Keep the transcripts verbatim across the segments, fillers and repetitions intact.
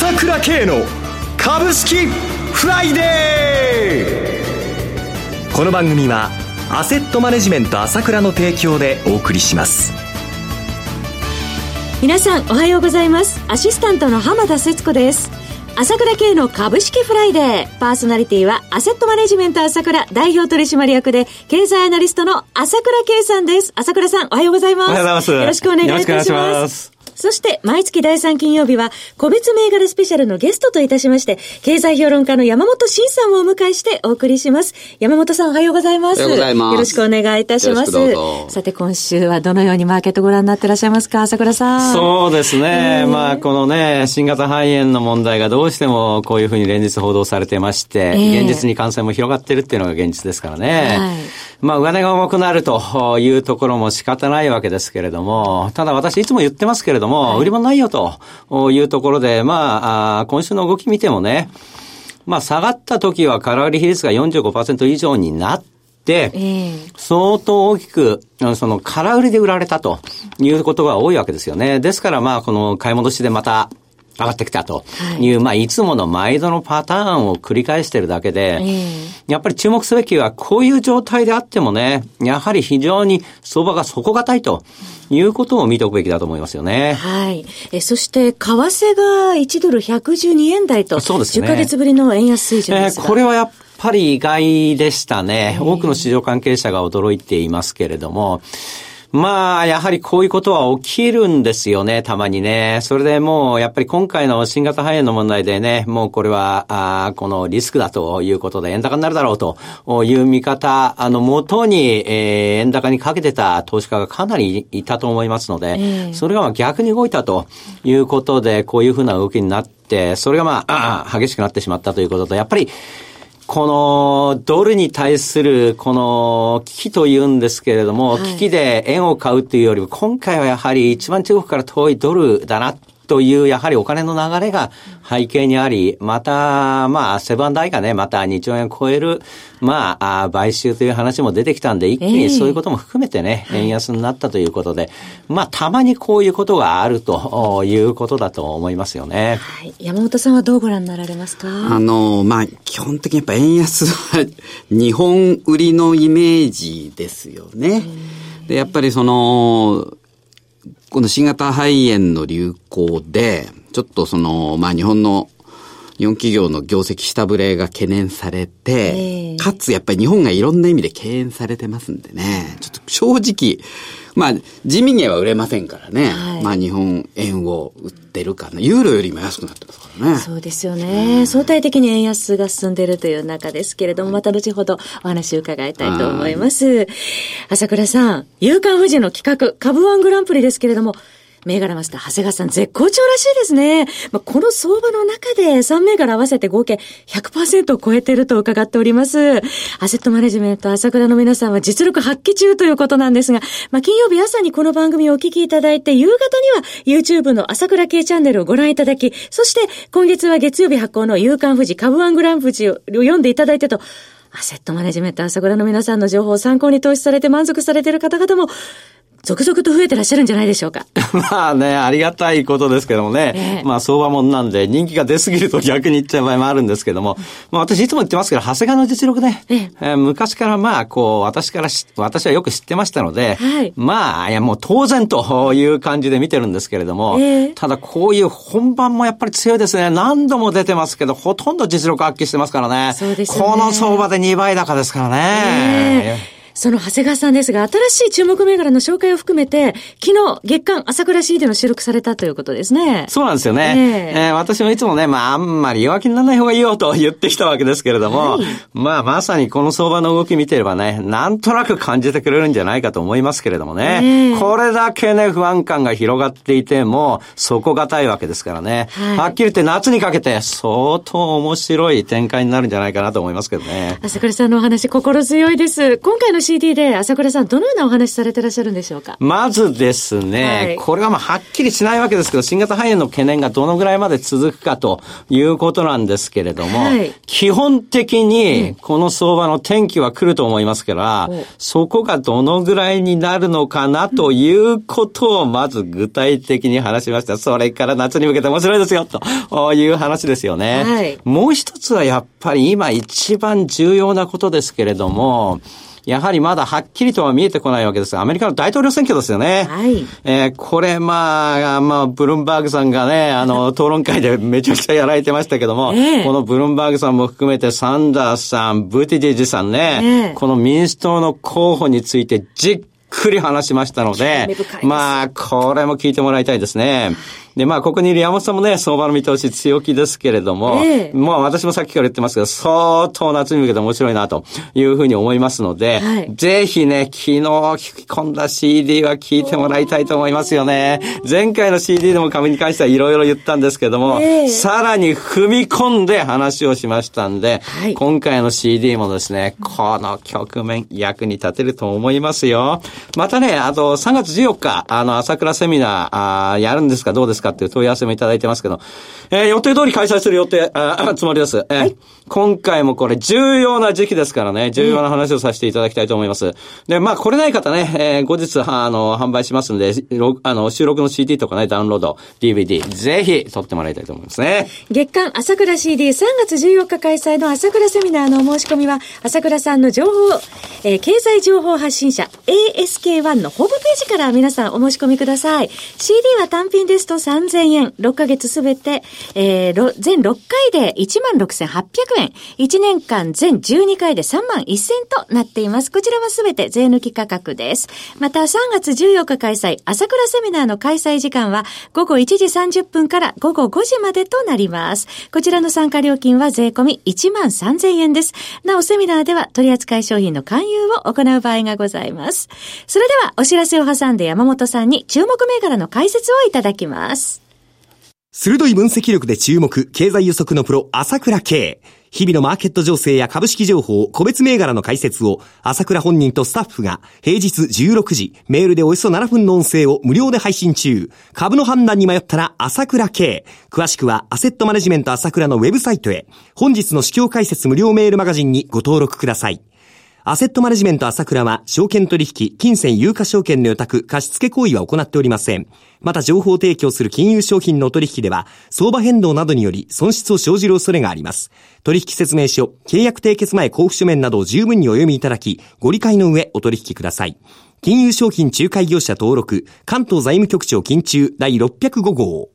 朝倉慶の株式フライデー。この番組はアセットマネジメント朝倉の提供でお送りします。 皆さんおはようございます。アシスタントの浜田節子です。朝倉慶の株式フライデー。パーソナリティはアセットマネジメント朝倉代表取締役で経済アナリストの朝倉慶さんです。朝倉さんおはようございます。 おはようございます。 よろしくお願いいたします。よろしくお願いします。そして毎月だいさん金曜日は個別銘柄スペシャルのゲストといたしまして経済評論家の山本慎さんをお迎えしてお送りします。山本さんおはようございます。 おはようございます。 よろしくお願いいたします。さて今週はどのようにマーケットご覧になってらっしゃいますか、朝倉さん。 そうですね、えー、まあこのね新型肺炎の問題がどうしてもこういうふうに連日報道されてまして、えー、現実に感染も広がってるっていうのが現実ですからね、はい、まあ上値が重くなるというところも仕方ないわけですけれども、ただ私いつも言ってますけれども、はい、売り物ないよというところで、まあ、あ今週の動き見てもね、まあ下がった時は空売り比率が よんじゅうごパーセント 以上になって、えー、相当大きくその空売りで売られたということが多いわけですよね。ですからまあこの買い戻しでまた上がってきたという、はい、まあいつもの毎度のパターンを繰り返しているだけで、えー、やっぱり注目すべきはこういう状態であってもね、やはり非常に相場が底堅いということを見ておくべきだと思いますよね。 はい。えそして為替がいちドルひゃくじゅうにえん台と、 そうですね、 じゅっかげつぶりの円安水準ですが、 えー、これはやっぱり意外でしたね。多くの市場関係者が驚いていますけれども、まあ、やはりこういうことは起きるんですよね、たまにね。それでもう、やっぱり今回の新型肺炎の問題でね、もうこれは、あこのリスクだということで円高になるだろうという見方、あの、元に、えー、円高にかけてた投資家がかなりいたと思いますので、えー、それがまあ逆に動いたということで、こういうふうな動きになって、それがまあ、あ激しくなってしまったということと、やっぱり、このドルに対するこの危機というんですけれども、はい、危機で円を買うというよりも今回はやはり一番中国から遠いドルだなというやはりお金の流れが背景にあり、またまあセブンダイがねまたにちょうえん超えるまあ買収という話も出てきたんで一気にそういうことも含めてね、えー、円安になったということで、まあたまにこういうことがあるということだと思いますよね。 はい、山本さんはどうご覧になられますか。 あのまあ基本的にやっぱ円安は日本売りのイメージですよね。でやっぱりそのこの新型肺炎の流行で、ちょっとその、まあ日本の、日本企業の業績下振れが懸念されて、かつやっぱり日本がいろんな意味で敬遠されてますんでね、ちょっと正直、まあ地味には売れませんからね、はい、まあ日本円を売ってるかな、ユーロよりも安くなってますからね。 そうですよね、うん、相対的に円安が進んでいるという中ですけれども、また後ほどお話を伺いたいと思います。朝倉さん、夕刊フジの企画株ワングランプリですけれども、銘柄マスター長谷川さん絶好調らしいですね。まあ、この相場の中でさん銘柄合わせて合計 ひゃくパーセント を超えていると伺っております。アセットマネジメント朝倉の皆さんは実力発揮中ということなんですが、まあ、金曜日朝にこの番組をお聞きいただいて、夕方には YouTube の朝倉系チャンネルをご覧いただき、そして今月は月曜日発行の夕刊フジ株ワングランプリを読んでいただいてと、アセットマネジメント朝倉の皆さんの情報を参考に投資されて満足されている方々も続々と増えてらっしゃるんじゃないでしょうか。 まあね、ありがたいことですけどもね。えー、まあ相場もんなんで人気が出すぎると逆に言っちゃう場合もあるんですけども。まあ私いつも言ってますけど、長谷川の実力ね。えーえー、昔からまあこう、私からし、私はよく知ってましたので、はい、まあ、いやもう当然という感じで見てるんですけれども、えー、ただこういう本番もやっぱり強いですね。何度も出てますけど、ほとんど実力発揮してますからね。 そうですね。 この相場でにばい高ですからね。 えーその長谷川さんですが、新しい注目銘柄の紹介を含めて、昨日月間朝倉 シーディー の収録されたということですね。 そうなんですよね。えーえー、私もいつもね、まああんまり弱気にならない方がいいよと言ってきたわけですけれども、はい、まあまさにこの相場の動き見てればね、なんとなく感じてくれるんじゃないかと思いますけれどもね。えー、これだけね、不安感が広がっていても、底堅いわけですからね。はい、はっきり言って夏にかけて相当面白い展開になるんじゃないかなと思いますけどね。 朝倉さんのお話心強いです。今回のシーディー で朝倉さんどのようなお話されてらっしゃるんでしょうか。 まずですね、はい、これはまあはっきりしないわけですけど、新型肺炎の懸念がどのぐらいまで続くかということなんですけれども、はい、基本的にこの相場の転機は来ると思いますから、うん、そこがどのぐらいになるのかなということをまず具体的に話しました。それから夏に向けて面白いですよという話ですよね。はい、もう一つはやっぱり今一番重要なことですけれども、やはりまだはっきりとは見えてこないわけですが、アメリカの大統領選挙ですよね。はい。えー、これまあ、まあ、ブルームバーグさんがね、あの、討論会でめちゃくちゃやられてましたけども、えー、このブルームバーグさんも含めてサンダースさん、ブティジェジさんね、えー、この民主党の候補についてじっくり話しましたので、まあ、これも聞いてもらいたいですね。で、まあ、ここにいる山本さんもね、相場の見通し強気ですけれども、えー、まあ、私もさっきから言ってますけど、相当夏に向けて面白いなというふうに思いますので、はい、ぜひね、昨日聞き込んだ シーディー は聞いてもらいたいと思いますよね。前回の シーディー でも株に関してはいろいろ言ったんですけども、えー、さらに踏み込んで話をしましたんで、はい、今回の シーディー もですね、この局面役に立てると思いますよ。またね、あとさんがつじゅうよっか、あの、朝倉セミナー、あやるんですかどうですかっていう問い合わせもいただいてますけど、えー、予定通り開催する予定、あ、つもりです。えーはい、今回もこれ重要な時期ですからね、重要な話をさせていただきたいと思います。で、まあ、来れない方ね、えー、後日、あの、販売しますんで、あの、収録の シーディー とかね、ダウンロード、ディーブイディー、ぜひ撮ってもらいたいと思いますね。 月間朝倉 シーディーさんがつじゅうよっか開催の朝倉セミナーのお申し込みは、朝倉さんの情報、えー、経済情報発信者 エーエスケーワン のホームページから皆さんお申し込みください。シーディー は単品ですとさんぜんえん、ろっかげつすべて、えー、全ろっかいで いちまんろくせんはっぴゃくえん、いちねんかん全じゅうにかいでさんまんせんえんとなっています。こちらはすべて税抜き価格です。またさんがつじゅうよっか開催、朝倉セミナーの開催時間はごごいちじさんじゅっぷんからごごごじまでとなります。こちらの参加料金は税込みいちまんさんぜんえんです。なおセミナーでは取扱い商品の勧誘を行う場合がございます。それではお知らせを挟んで山本さんに注目銘柄の解説をいただきます。 鋭い分析力で注目、経済予測のプロ、朝倉慶。日々のマーケット情勢や株式情報、個別銘柄の解説を、朝倉本人とスタッフが、平日じゅうろくじ、メールでおよそななふんの音声を無料で配信中。株の判断に迷ったら、朝倉慶。詳しくは、アセットマネジメント朝倉のウェブサイトへ。本日の市況解説無料メールマガジンにご登録ください。アセットマネジメント朝倉は、証券取引、金銭有価証券の予託、貸付行為は行っておりません。また情報提供する金融商品の取引では、相場変動などにより損失を生じる恐れがあります。取引説明書、契約締結前交付書面などを十分にお読みいただき、ご理解の上お取引ください。金融商品仲介業者登録、関東財務局長金中第ろっぴゃくご号。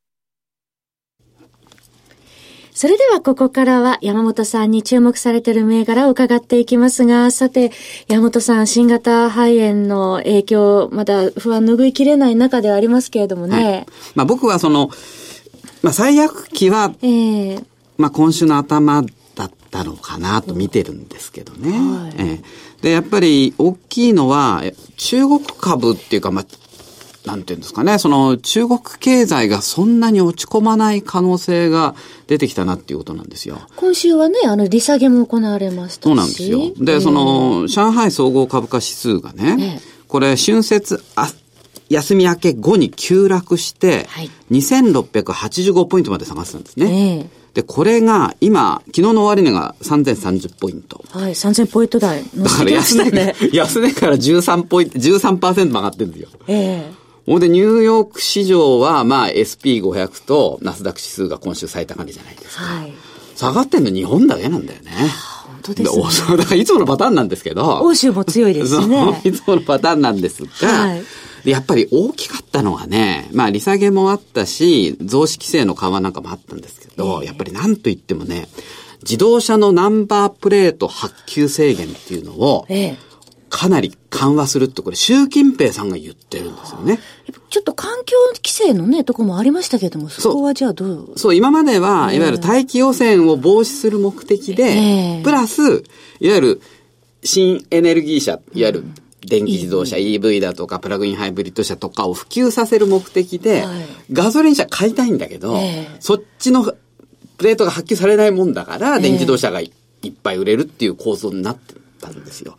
それではここからは山本さんに注目されている銘柄を伺っていきますが、さて山本さん、新型肺炎の影響まだ不安拭いきれない中ではありますけれどもね、はい、 まあ、僕はその、まあ、最悪期は、えーまあ、今週の頭だったのかなと見てるんですけどね、はいえー、でやっぱり大きいのは中国株っていうか、まあなんていうんですかね、その中国経済がそんなに落ち込まない可能性が出てきたなっていうことなんですよ。 今週はね、あの利下げも行われましたし。 そうなんですよ。で、えー、その上海総合株価指数がね、えー、これ春節あ休み明け後に急落して、はい、にせんろっぴゃくはちじゅうごポイントまで下がってたんですね。えーで、これが、今、昨日の終値がさんぜんさんじゅうポイント。 はい、さんぜんポイント台乗せてましたね。 だから安値、安値からじゅうさんポイント、じゅうさんパーセント も上がってるんですよ。ええーほんで、ニューヨーク市場は、まあ、エスピーごひゃく とナスダック指数が今週最高値じゃないですか。はい。下がってんの日本だけなんだよね。 本当ですね。 で、だからいつものパターンなんですけど。 欧州も強いですしね。 いつものパターンなんですが、はい。で、やっぱり大きかったのはね、まあ、利下げもあったし、増資規制の緩和なんかもあったんですけど、えー、やっぱりなんといってもね、自動車のナンバープレート発給制限っていうのを、えーかなり緩和するって、これ習近平さんが言ってるんですよね。 ちょっと環境規制のねとこもありましたけども、そこはじゃあどう？ そう、今までは、いわゆる大気汚染を防止する目的で、えー、プラスいわゆる新エネルギー車、いわゆる電気自動車、うん、イーブイ だとかプラグインハイブリッド車とかを普及させる目的で、はい、ガソリン車買いたいんだけど、えー、そっちのプレートが発揮されないもんだから、電気自動車がいっぱい売れるっていう構造になってたんですよ。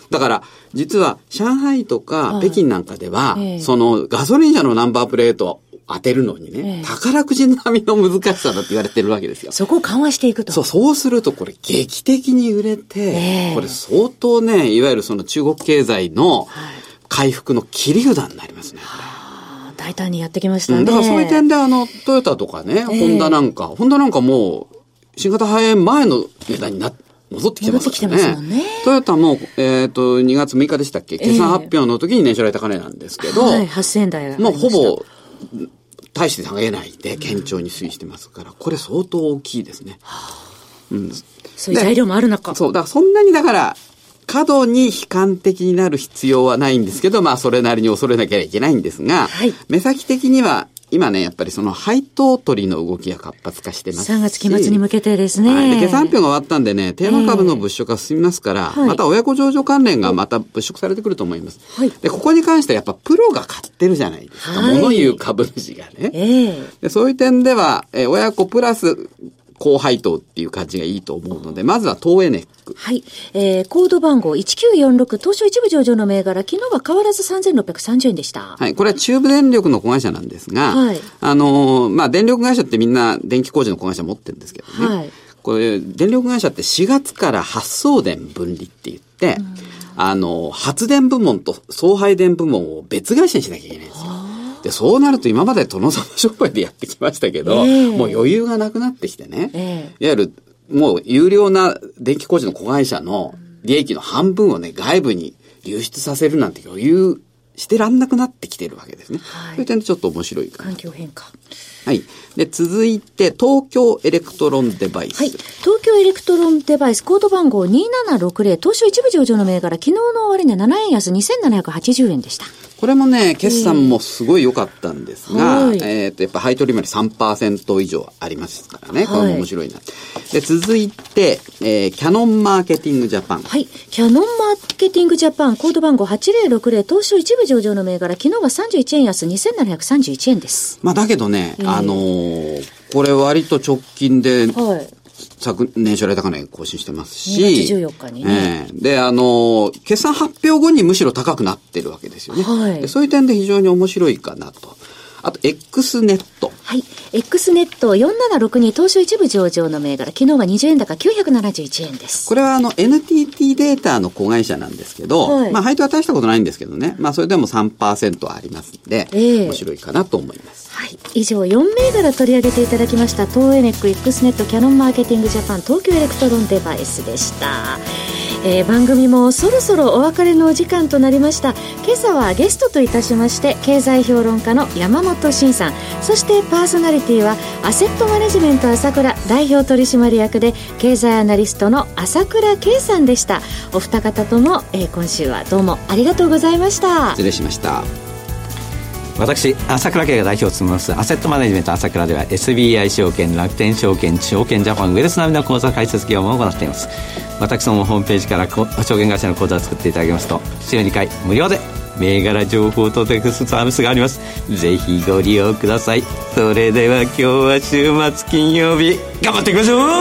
だから、実は、上海とか北京なんかでは、 ええ、 そのガソリン車のナンバープレートを当てるのにね、ええ、宝くじ並みの難しさだって言われてるわけですよ。 そこを緩和していくと。 そう、そうするとこれ劇的に売れて、ええ、これ相当ね、いわゆるその中国経済の回復の切り札になりますね。 はあ、大胆にやってきましたね。 うん、だからそういう点であの、トヨタとかね、ええ、ホンダなんか、ホンダなんかもう、新型肺炎前の値段になって、戻ってきてますからね。戻ってきてますもんね。トヨタも、えっ、ー、と、にがつむいかでしたっけ、決算発表の時に年初来高値なんですけど、 はい、はっせんえん台が。 もうほぼ、大して下げないで、堅調に推移してますから、これ相当大きいですね。 うん、そういう材料もある中。 そう、だからそんなにだから、過度に悲観的になる必要はないんですけど、まあ、それなりに恐れなきゃいけないんですが、はい、目先的には、今ね、やっぱりその配当取りの動きが活発化してますし。 さんがつ期末に向けてですね。 はい。で、決算発表が終わったんでね、テーマ株の物色が進みますから、えー、また親子上場関連がまた物色されてくると思います。はい。で、ここに関してはやっぱプロが買ってるじゃないですか。はい、物言う株主がね。えー、で、そういう点では、えー、親子プラス、高配当っていう感じがいいと思うので、まずは東エネック。 はい。えー、コード番号いちきゅうよんろく、東証一部上場の銘柄、昨日は変わらずさんぜんろっぴゃくさんじゅうえんでした。 はい。これは中部電力の子会社なんですが、はい。あのー、まあ、電力会社ってみんな電気工事の子会社持ってるんですけどね。はい。これ、電力会社ってしがつから発送電分離って言って、うん、あのー、発電部門と送配電部門を別会社にしなきゃいけないんですよ。で、そうなると今まで殿様商売でやってきましたけど、えー、もう余裕がなくなってきてね、えー、いわゆるもう有料な電気工事の子会社の利益の半分をね、外部に流出させるなんて余裕してらんなくなってきてるわけですね。はい、そういう点でちょっと面白いかな。 環境変化。 はい。で、続いて、東京エレクトロンデバイス。 はい。東京エレクトロンデバイス、コード番号にななろくぜろ、東証一部上場の銘柄、昨日の終値ななえん安にせんななひゃくはちじゅうえんでした。 これもね、決算もすごい良かったんですが、えー、えっと、やっぱ配当利回り さんパーセント 以上ありますからね。これも面白いな。はい、で、続いて、えー、キャノンマーケティングジャパン。 はい。キャノンマーケティングジャパン、コード番号はちぜろろくぜろ、東証一部上場の銘柄、昨日はさんじゅういちえん安にせんななひゃくさんじゅういちえんです。 まあ、だけどね、えー、あのー、これ割と直近で、はい。昨年初来高値更新してますし。 にがつじゅうよっかにね。 えー、で、あの、決算発表後にむしろ高くなってるわけですよね。はい。でそういう点で非常に面白いかなと。あと、X ネット。 はい。X ネットよんななろくに東証一部上場の銘柄、昨日はにじゅうえん高きゅうひゃくななじゅういちえんです。 これはあの エヌティーティー データの子会社なんですけど、はい、まあ配当は大したことないんですけどね。まあそれでも さんパーセント ありますんで、えー、面白いかなと思います。 はい。以上よん銘柄取り上げていただきました。東エネック、X ネット、キャノンマーケティングジャパン、東京エレクトロンデバイスでした。えー、番組もそろそろお別れのお時間となりました。今朝はゲストといたしまして経済評論家の山本慎さん、そしてパーソナリティはアセットマネジメント朝倉代表取締役で経済アナリストの朝倉圭さんでした。お二方とも、えー、今週はどうもありがとうございました。 失礼しました。 私朝倉圭が代表を務めますアセットマネジメント朝倉では エスビーアイ 証券、楽天証券、証券ジャパン、ウェルス並みの口座開設業務を行っています。私どもホームページから証券会社の口座を作っていただきますと週にかい無料で銘柄情報とテクストサービスがあります。ぜひご利用ください。それでは今日は週末金曜日頑張っていきましょう。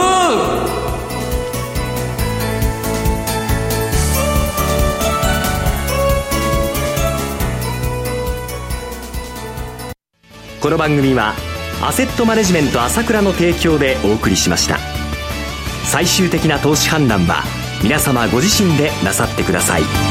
この番組はアセットマネジメント朝倉の提供でお送りしました。最終的な投資判断は皆様ご自身でなさってください。